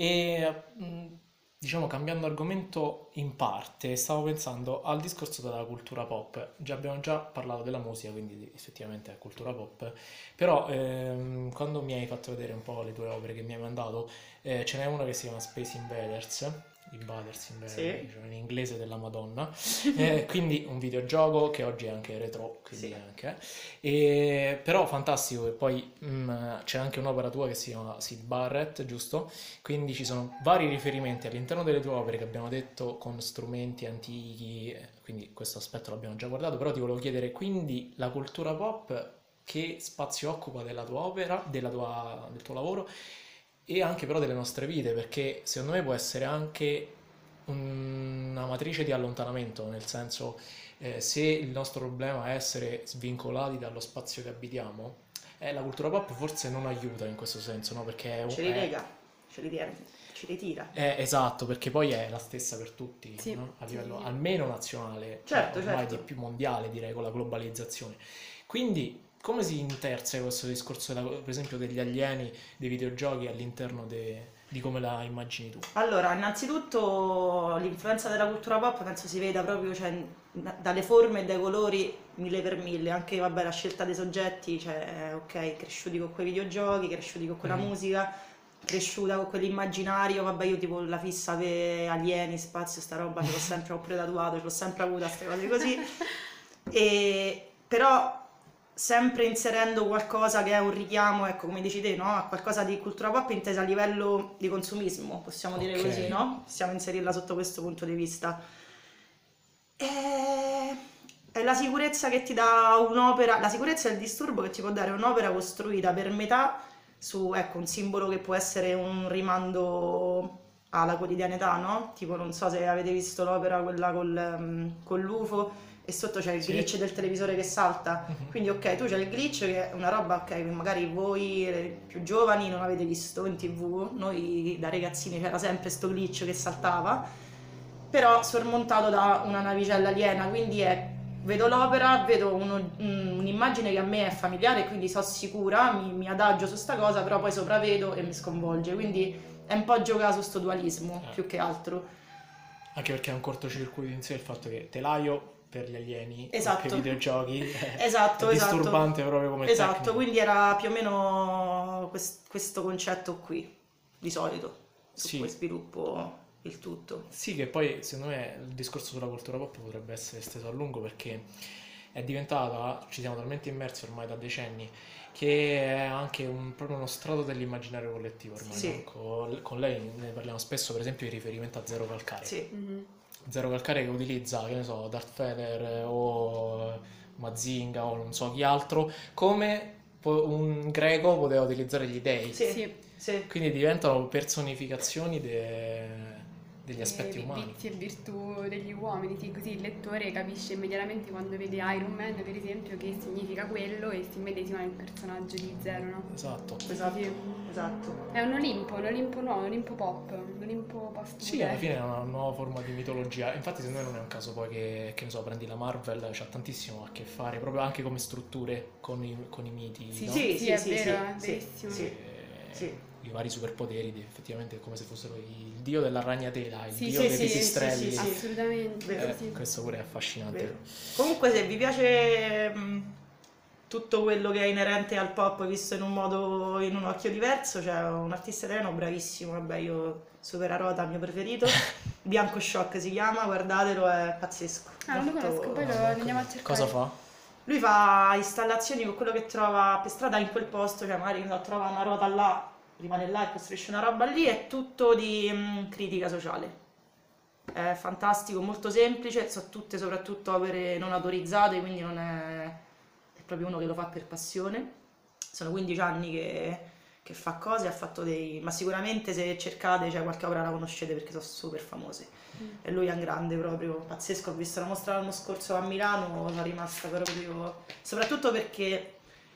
E mh, diciamo, cambiando argomento in parte, stavo pensando al discorso della cultura pop. Già abbiamo già parlato della musica, quindi effettivamente è cultura pop. Però ehm, quando mi hai fatto vedere un po' le tue opere che mi hai mandato, eh, ce n'è una che si chiama Space Invaders. Invaders in, Sì. diciamo, in inglese della Madonna. Eh, quindi un videogioco che oggi è anche retro, quindi Sì. anche. E, però fantastico che poi mh, c'è anche un'opera tua che si chiama Sid Barrett, giusto? Quindi ci sono vari riferimenti all'interno delle tue opere che abbiamo detto con strumenti antichi, eh, quindi questo aspetto l'abbiamo già guardato, però ti volevo chiedere, quindi la cultura pop che spazio occupa della tua opera, della tua- del tuo lavoro e anche però delle nostre vite, perché secondo me può essere anche una matrice di allontanamento, nel senso eh, se il nostro problema è essere svincolati dallo spazio che abitiamo, eh, la cultura pop forse non aiuta in questo senso, no? Perché è, un- Ce li è- lega, ce li tiene, ce li tira. è esatto, perché poi è la stessa per tutti, Sì, no? A sì, livello sì. almeno nazionale, Certo, cioè ormai certo. di più mondiale direi con la globalizzazione. Quindi come si interseca questo discorso, della- per esempio, degli alieni, dei videogiochi all'interno de- di come la immagini tu? Allora, innanzitutto l'influenza della cultura pop penso si veda proprio cioè, n- dalle forme e dai colori mille per mille, anche vabbè, la scelta dei soggetti, cioè ok, cresciuti con quei videogiochi, cresciuti con quella Mhm. musica, cresciuta con quell'immaginario, vabbè io tipo la fissa per alieni, spazio, sta roba, ce l'ho sempre, ho pure tatuato, ce l'ho sempre avuta, queste cose così, e, però sempre inserendo qualcosa che è un richiamo, ecco, come dici te, no? A qualcosa di cultura pop intesa a livello di consumismo, possiamo dire Ok. così, no? Possiamo inserirla sotto questo punto di vista. E... È la sicurezza che ti dà un'opera, la sicurezza e il disturbo che ti può dare un'opera costruita per metà su, ecco, un simbolo che può essere un rimando alla quotidianità, no? Tipo, non so se avete visto l'opera, quella col, ehm, con l'U F O, e sotto c'è il Sì. glitch del televisore che salta. Mhm. Quindi ok, tu c'è il glitch che è una roba ok, che magari voi eh, più giovani non avete visto in tv, noi da ragazzini c'era sempre sto glitch che saltava, però sormontato da una navicella aliena, quindi è, vedo l'opera, vedo uno- un- un'immagine che a me è familiare, quindi sono sicura, mi, mi adagio su sta cosa, però poi sopravedo e mi sconvolge, quindi è un po' giocare su sto dualismo Eh. più che altro. Anche perché è un cortocircuito in sé il fatto che telaio per gli alieni, Esatto. per i videogiochi, è, Esatto, è esatto. disturbante proprio come Esatto, tecnica. quindi era più o meno quest- questo concetto qui. di solito, su Sì. cui sviluppo il tutto. Sì, che poi secondo me il discorso sulla cultura pop potrebbe essere esteso a lungo perché è diventata, ci siamo talmente immersi ormai da decenni, che è anche un- proprio uno strato dell'immaginario collettivo ormai. Sì. No? Con, con lei ne parliamo spesso, per esempio, in riferimento a Zero Calcare. Sì, Mhm. Zero Calcare che utilizza, che ne so, Darth Vader eh, o Mazinga o non so chi altro, come po- un greco poteva utilizzare gli dei. sì, Sì. sì. Quindi diventano personificazioni de- degli aspetti E umani. vizi e virtù degli uomini, sì, così il lettore capisce immediatamente quando vede Iron Man, per esempio, che significa quello e si immedesima nel personaggio di Zero, no? Esatto. Esatto, Sì. esatto. È un Olimpo, un Olimpo nuovo, un Olimpo pop, un Olimpo post Sì, alla fine è una nuova forma di mitologia. Infatti, secondo me non è un caso poi che, che ne so, prendi la Marvel, c'ha tantissimo a che fare, proprio anche come strutture con i, con i miti, Sì, no? Sì, sì, sì, è sì, vero, sì, è sì, verissimo. sì, Eh, sì. I vari superpoteri, di- effettivamente è come se fossero il dio della ragnatela, il Sì, dio sì, dei sì, pipistrelli. sì, sì. Assolutamente, Vero. Eh, sì. questo pure è affascinante. Vero. Comunque, se vi piace mh, tutto quello che è inerente al pop visto in un modo, in un occhio diverso, c'è un artista italiano bravissimo, vabbè, io Super Arota, il mio preferito, Bianco Shock si chiama, guardatelo, è pazzesco. Ah, non lo Molto- conosco, poi lo No, andiamo a cercare. Cosa fa? Lui fa installazioni con quello che trova per strada in quel posto, cioè magari no, trova una ruota là, rimane là e costruisce una roba lì, è tutto di mh, critica sociale. È fantastico, molto semplice, sono tutte soprattutto opere non autorizzate, quindi non è, è proprio uno che lo fa per passione. Sono quindici anni che, che fa cose, ha fatto dei... ma sicuramente se cercate, cioè, qualche opera la conoscete perché sono super famose. E lui è un grande proprio, pazzesco, ho visto la mostra l'anno scorso a Milano, sono rimasta proprio... soprattutto perché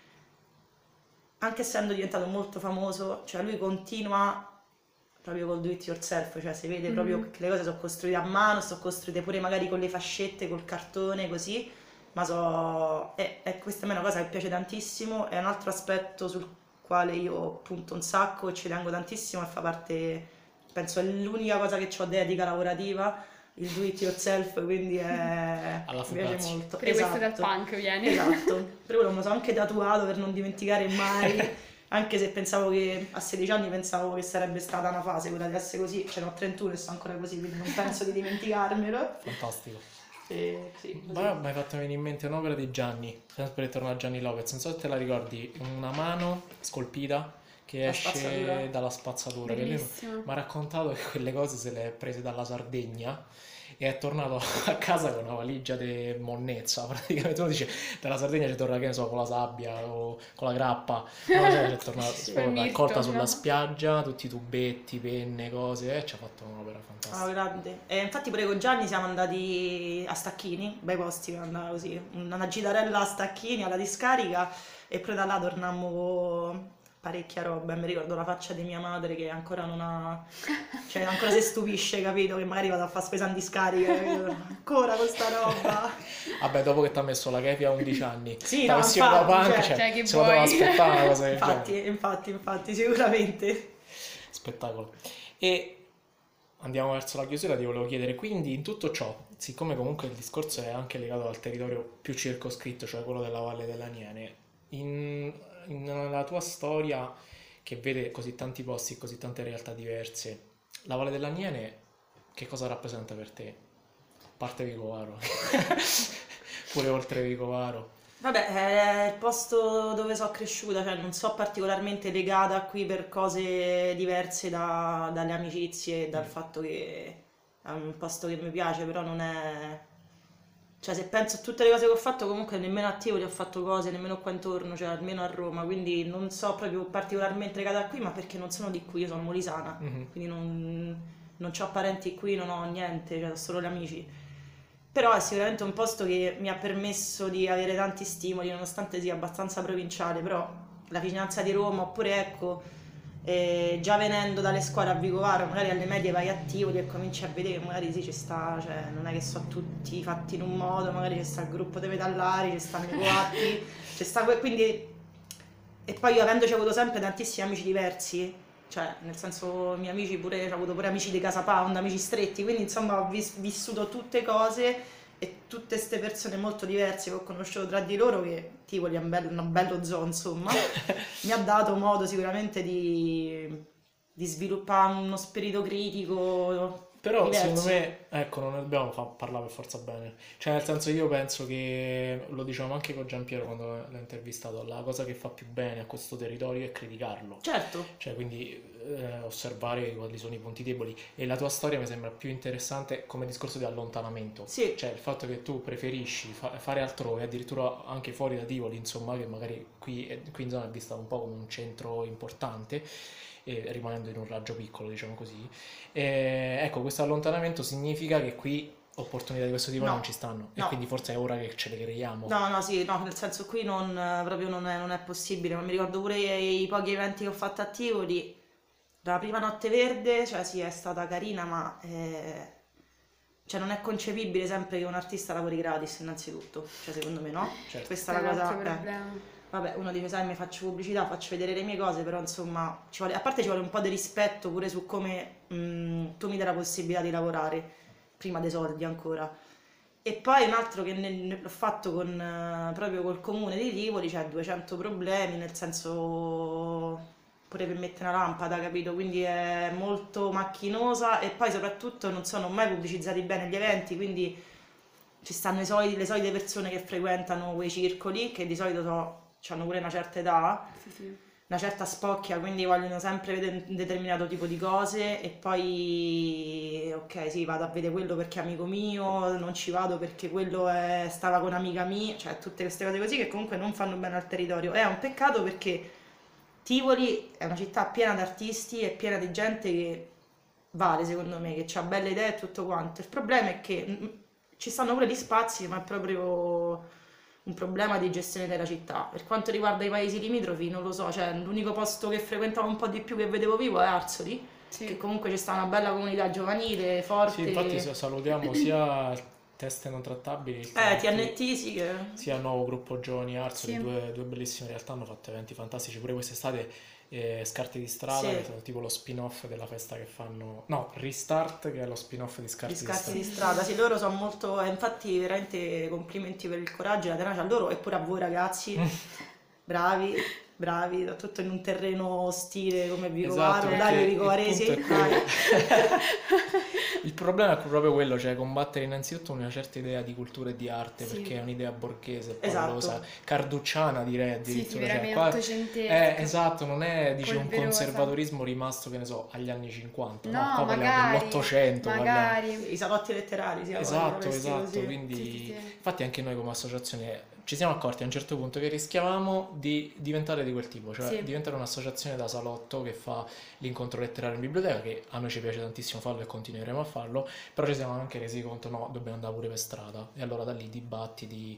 anche essendo diventato molto famoso, cioè lui continua proprio col do it yourself, cioè si vede proprio Mhm. che le cose sono costruite a mano, sono costruite pure magari con le fascette, col cartone, così, ma so... e, e questa a me è una cosa che piace tantissimo, è un altro aspetto sul quale io punto un sacco e ci tengo tantissimo e fa parte, penso è l'unica cosa che ho dedica lavorativa, il do it yourself, quindi è... Alla mi piace Fugazzi. molto. Pure questo dal Esatto. punk viene. Esatto, per quello me lo sono anche tatuato per non dimenticare mai, anche se pensavo che a sedici anni pensavo che sarebbe stata una fase quella di essere così, cioè ne ho trentuno e sto ancora così, quindi non penso di dimenticarmelo. Fantastico. E, sì, così. Ma mi hai fatto venire in mente un'opera di Gianni, sempre ritorno a Gianni Lopez, non so se te la ricordi, una mano scolpita che La esce spazzatura. dalla spazzatura, che lui Bellissimo. mi ha raccontato che quelle cose se le ha prese dalla Sardegna e è tornato a casa con una valigia di monnezza, praticamente uno dice dalla Sardegna ci torna, che ne so, con la sabbia o con la grappa, no, cioè, c'è tornato Sì, proprio col raccolta mirto, sulla no? spiaggia, tutti i tubetti, penne, cose, e ci ha fatto un'opera Ah, fantastica. grande. E infatti pure con Gianni siamo andati a Stacchini, bei posti, andava così, una gitarella a Stacchini alla discarica e poi da là tornammo parecchia roba e mi ricordo la faccia di mia madre che ancora non ha, cioè ancora si stupisce, capito, che magari vado a fare spesa in discarica, capito? Ancora questa roba. Vabbè, dopo che ti ha messo la kepi a undici anni, Sì, da no, vestito da infatti, punk, cioè, cioè, cioè, che se lo doveva vuoi? aspettare una cosa del genere. Infatti, infatti, infatti, sicuramente. Spettacolo. E andiamo verso la chiusura, ti volevo chiedere, quindi in tutto ciò, siccome comunque il discorso è anche legato al territorio più circoscritto, cioè quello della Valle dell'Aniene, in, in- nella tua storia che vede così tanti posti e così tante realtà diverse, la Valle dell'Aniene che cosa rappresenta per te? A parte Vicovaro, pure oltre Vicovaro. Vabbè, è il posto dove sono cresciuta, cioè non so particolarmente legata qui per cose diverse da- dalle amicizie e dal fatto che è un posto che mi piace, però non è... Cioè se penso a tutte le cose che ho fatto, comunque nemmeno a Tivoli ho fatto cose, nemmeno qua intorno, cioè almeno a Roma, quindi non so proprio particolarmente legata qui, ma perché non sono di qui, io sono molisana, Mhm. quindi non, non ho parenti qui, non ho niente, cioè ho solo gli amici. Però è sicuramente un posto che mi ha permesso di avere tanti stimoli, nonostante sia abbastanza provinciale, però la vicinanza di Roma, oppure ecco, eh, già venendo dalle scuole a Vicovaro, magari alle medie vai a Tivoli e cominci a vedere che magari sì ci sta, cioè non è che sono tutti fatti in un modo, magari c'è sta il gruppo dei metallari, ci stanno i coatti, c'è sta que- quindi... E poi io avendoci avuto sempre tantissimi amici diversi, cioè nel senso i miei amici pure, ho avuto pure amici di Casa Pound, amici stretti, quindi insomma ho vis- vissuto tutte cose e tutte queste persone molto diverse che ho conosciuto tra di loro, che Tivoli è un bello, un bello zoo insomma, mi ha dato modo sicuramente di, di sviluppare uno spirito critico Però diverso. secondo me, ecco, non ne dobbiamo fa- parlare per forza bene. Cioè, nel senso, io penso che, lo dicevamo anche con Giampiero quando l'ho intervistato, la cosa che fa più bene a questo territorio è criticarlo. Certo, Cioè, quindi eh, osservare quali sono i punti deboli. E la tua storia mi sembra più interessante come discorso di allontanamento. sì, Cioè, il fatto che tu preferisci fa- fare altrove, addirittura anche fuori da Tivoli, insomma, che magari qui, è- qui in zona è vista un po' come un centro importante, e rimanendo in un raggio piccolo, diciamo così. E, ecco, questo allontanamento significa che qui opportunità di questo tipo no, non ci stanno, e no. quindi forse è ora che ce le creiamo. No, no, sì, no, nel senso qui non, eh, proprio non è, non è possibile, ma mi ricordo pure i, i pochi eventi che ho fatto a Tivoli, la prima notte verde, cioè sì, è stata carina, ma eh, cioè, non è concepibile sempre che un artista lavori gratis, innanzitutto, cioè secondo me no, Certo. questa Questo è è la un altro cosa, eh. problema. Vabbè, uno dice, sai, mi faccio pubblicità, faccio vedere le mie cose, però insomma, ci vuole- a parte ci vuole un po' di rispetto pure su come mm, tu mi dai la possibilità di lavorare, prima dei soldi ancora. E poi un altro che ne- ne- l'ho fatto con, eh, proprio col comune di Tivoli, c'è duecento problemi, nel senso pure per mettere una lampada, capito? Quindi è molto macchinosa e poi soprattutto non sono mai pubblicizzati bene gli eventi, quindi ci stanno i soliti- le solite persone che frequentano quei circoli, che di solito so, hanno pure una certa età, Sì, sì. una certa spocchia, quindi vogliono sempre vedere un determinato tipo di cose e poi, ok, sì, vado a vedere quello perché è amico mio, non ci vado perché quello è- stava con amica mia, cioè tutte queste cose così che comunque non fanno bene al territorio. È un peccato perché Tivoli è una città piena di artisti e piena di gente che vale, secondo me, che ha belle idee e tutto quanto. Il problema è che mm, ci stanno pure gli spazi, ma è proprio un problema di gestione della città. Per quanto riguarda i paesi limitrofi, non lo so, cioè l'unico posto che frequentavo un po' di più che vedevo vivo è Arzoli, che Sì. comunque c'è sta una bella comunità giovanile, Sì, infatti forte. sa- salutiamo sia Teste Non Trattabili Eh, che T N T sì che... sia il nuovo gruppo Giovani Arzoli, Sì. due, due bellissime realtà, hanno fatto eventi fantastici pure quest'estate. eh, Scarte di strada, Sì. che sono tipo lo spin-off della festa che fanno, no, Restart, che è lo spin-off di Scarte Gli di scarsi strada. di strada, sì, loro sono molto, eh, infatti veramente complimenti per il coraggio e la tenacia a loro e pure a voi ragazzi, bravi, bravi, tutto in un terreno ostile come Esatto, Vicovaro, perché dai il Vicovaresi, punto è quello. dai. Il problema è proprio quello, cioè combattere innanzitutto una certa idea di cultura e di arte, Sì. perché è un'idea borghese, Esatto. pallosa, carducciana direi Sì, sì, addirittura. cioè, veramente qua- ottocentesca. eh, esatto, non è dice, un Polverosa. conservatorismo rimasto, che ne so, agli anni cinquanta, no, No, qua parliamo magari, dell'Ottocento, parliamo- magari. I salotti letterari, si Esatto, chiamano, esatto, così. quindi Sì, sì, sì. infatti anche noi come associazione ci siamo accorti a un certo punto che rischiavamo di diventare di quel tipo, cioè Sì. diventare un'associazione da salotto che fa l'incontro letterario in biblioteca, che a noi ci piace tantissimo farlo e continueremo a farlo, però ci siamo anche resi conto, no, dobbiamo andare pure per strada, e allora da lì dibattiti,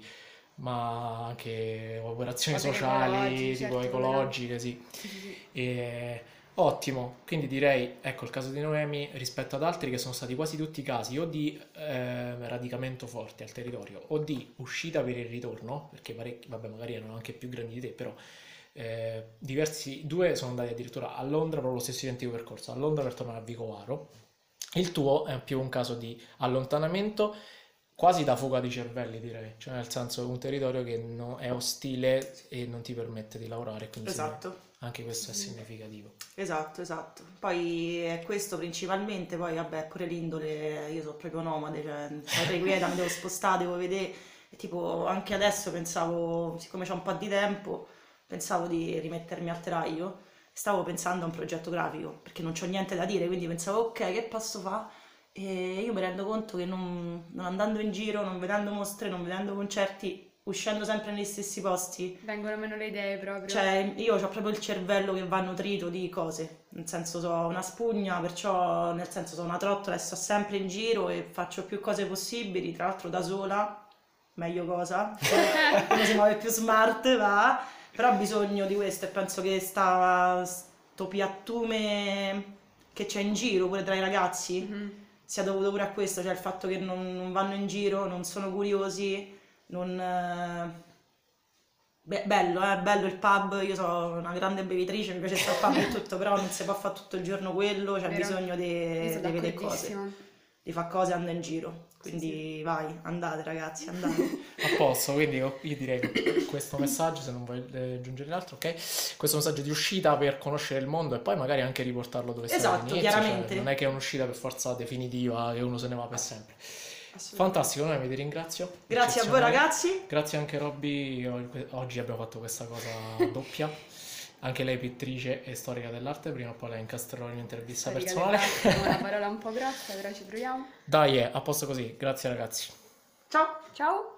ma anche operazioni Cose sociali, ecologiche, tipo certo, ecologiche, sì. Sì, sì, sì. E- Ottimo, quindi direi, ecco il caso di Noemi rispetto ad altri che sono stati quasi tutti casi o di eh, radicamento forte al territorio o di uscita per il ritorno, perché parecchi, vabbè, magari erano anche più grandi di te, però eh, diversi, due sono andati addirittura a Londra proprio lo stesso identico percorso, a Londra per tornare a Vicovaro. Il tuo è più un caso di allontanamento, quasi da fuga di cervelli, direi, cioè nel senso un territorio che no- è ostile e non ti permette di lavorare, quindi sì, Esatto. anche questo è significativo. Esatto, esatto. Poi è questo principalmente, poi vabbè, pure l'indole, io sono proprio nomade, cioè sarei quieta, mi devo spostare, devo vedere. E tipo, anche adesso pensavo, siccome c'ho un po' di tempo, pensavo di rimettermi al telaio. Stavo pensando a un progetto grafico, perché non c'ho niente da dire, quindi pensavo, ok, che posso fare? E io mi rendo conto che non, non andando in giro, non vedendo mostre, non vedendo concerti, uscendo sempre negli stessi posti, Vengono meno le idee proprio. cioè, io ho proprio il cervello che va nutrito di cose, nel senso so una spugna, perciò nel senso sono una trottola e sto sempre in giro e faccio più cose possibili, tra l'altro da sola, meglio cosa, uno si muove più smart, va, però ho bisogno di questo e penso che sta, sto piattume che c'è in giro pure tra i ragazzi Mhm. sia dovuto pure a questo, cioè il fatto che non, non vanno in giro, non sono curiosi, non... eh, Beh, bello, eh, bello il pub, io sono una grande bevitrice, mi piace stare al pub e tutto, però non si può fare tutto il giorno quello, c'è Vero. bisogno Io di sono vedere cose. d'accordissimo. di fare cose, anda in giro. Quindi sì, sì. Vai, andate ragazzi, andate. A posto, quindi io direi che questo messaggio, se non vuoi aggiungere altro, ok? Questo messaggio di uscita per conoscere il mondo e poi magari anche riportarlo dove esatto, stava all'inizio. Chiaramente. Cioè, non è che è un'uscita per forza definitiva, che uno se ne va per sempre. Fantastico, noi vi ringrazio. Grazie a voi ragazzi. Grazie anche Robby, oggi abbiamo fatto questa cosa doppia. Anche lei pittrice e storica dell'arte, prima o poi la incastrerò in un'intervista storica personale. È una parola un po' grossa, però ci proviamo. Dai, è a posto così. Grazie ragazzi. Ciao. Ciao.